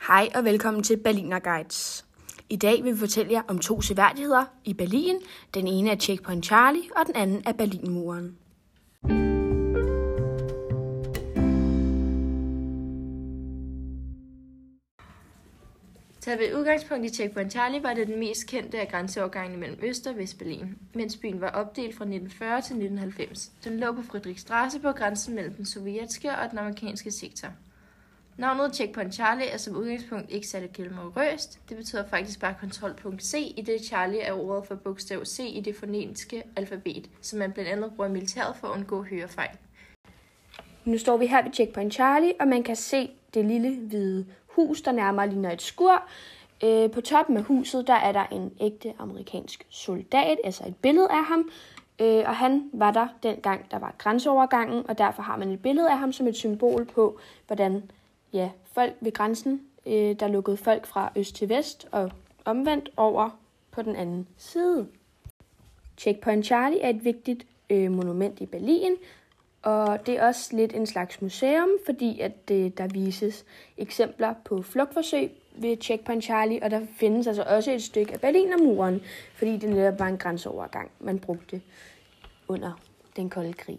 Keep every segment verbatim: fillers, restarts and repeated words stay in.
Hej og velkommen til Berliner Guides. I dag vil vi fortælle jer om to seværdigheder i Berlin. Den ene er Checkpoint Charlie, og den anden er Berlinmuren. Taget ved udgangspunkt i Checkpoint Charlie var det den mest kendte af grænseovergangene mellem Øst- og Vestberlin, mens byen var opdelt fra nitten fyrre til nitten halvfems. Den lå på Friedrichstraße på grænsen mellem den sovjetiske og den amerikanske sektor. Navnet Checkpoint Charlie er som udgangspunkt ikke særlig glamourøst. Det betyder faktisk bare kontrolpunkt C, i det Charlie er ordet for bogstav C i det fonetiske alfabet, som man blandt andet bruger i militæret for at undgå hørefejl. Nu står vi her ved Checkpoint Charlie, og man kan se det lille hvide hus, der nærmere ligner et skur. Øh, på toppen af huset, der er der en ægte amerikansk soldat, altså et billede af ham. Øh, og han var der dengang, der var grænseovergangen, og derfor har man et billede af ham som et symbol på, hvordan ja, folk ved grænsen, øh, der lukkede folk fra øst til vest og omvendt over på den anden side. Checkpoint Charlie er et vigtigt øh, monument i Berlin, og det er også lidt en slags museum, fordi at øh, der vises eksempler på flugtforsøg ved Checkpoint Charlie, og der findes altså også et stykke af Berlinermuren, fordi det netop var en grænseovergang, man brugte under den kolde krig.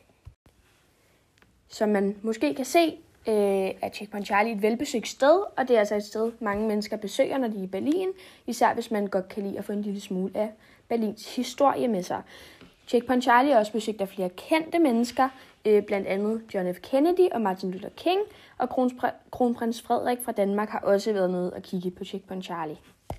Som man måske kan se, øh, er Checkpoint Charlie et velbesøgt sted, og det er altså et sted, mange mennesker besøger, når de er i Berlin, især hvis man godt kan lide at få en lille smule af Berlins historie med sig. Checkpoint Charlie er også besøgt af flere kendte mennesker, øh, blandt andet John F. Kennedy og Martin Luther King, og kronpr- kronprins Frederik fra Danmark har også været nede og kigge på Checkpoint Charlie.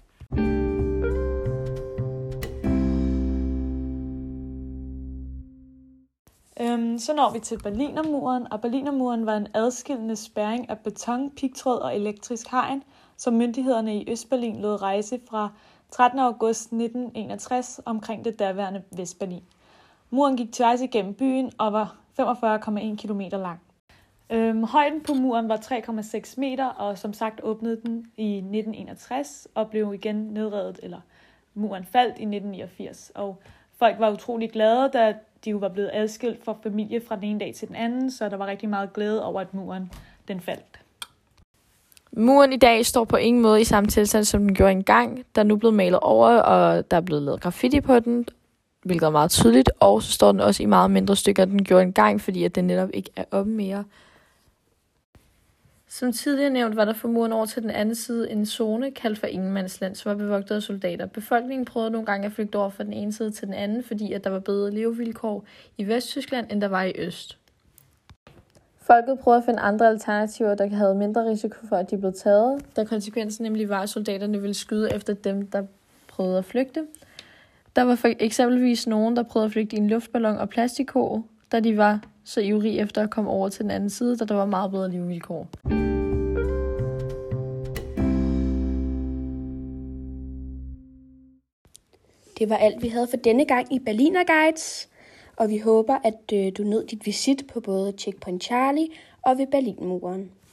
Øhm, så når vi til Berlinermuren, og Berlinermuren var en adskillende spærring af beton, pigtråd og elektrisk hegn, som myndighederne i Østberlin lod rejse fra trettende august nitten enogtres omkring det daværende Vestberlin. Muren gik tværs igennem byen og var femogfyrre komma en kilometer lang. Øhm, højden på muren var tre komma seks meter, og som sagt åbnede den i nitten enogtres og blev igen nedrevet, eller muren faldt i nitten niogfirs. Og folk var utrolig glade, da de jo var blevet adskilt fra familie fra den ene dag til den anden, så der var rigtig meget glæde over, at muren den faldt. Muren i dag står på ingen måde i samme tilstand, som den gjorde engang. Der er nu blevet malet over, og der er blevet lavet graffiti på den, hvilket er meget tydeligt. Og så står den også i meget mindre stykker, end den gjorde engang, fordi at den netop ikke er oppe mere. Som tidligere nævnt, var der fra muren over til den anden side en zone, kaldt for Ingenmandsland, som var bevogtet af soldater. Befolkningen prøvede nogle gange at flygte over fra den ene side til den anden, fordi at der var bedre levevilkår i Vesttyskland, end der var i øst. Folket prøvede at finde andre alternativer, der havde mindre risiko for, at de blev taget, da konsekvensen nemlig var, at soldaterne ville skyde efter dem, der prøvede at flygte. Der var for eksempelvis nogen, der prøvede at flygte i en luftballon og plastikko, da de var så ivrige efter at komme over til den anden side, da der var meget bedre levevilkår. Det var alt, vi havde for denne gang i Berliner Guides, og vi håber, at øh, du nød dit visit på både Checkpoint Charlie og ved Berlinmuren.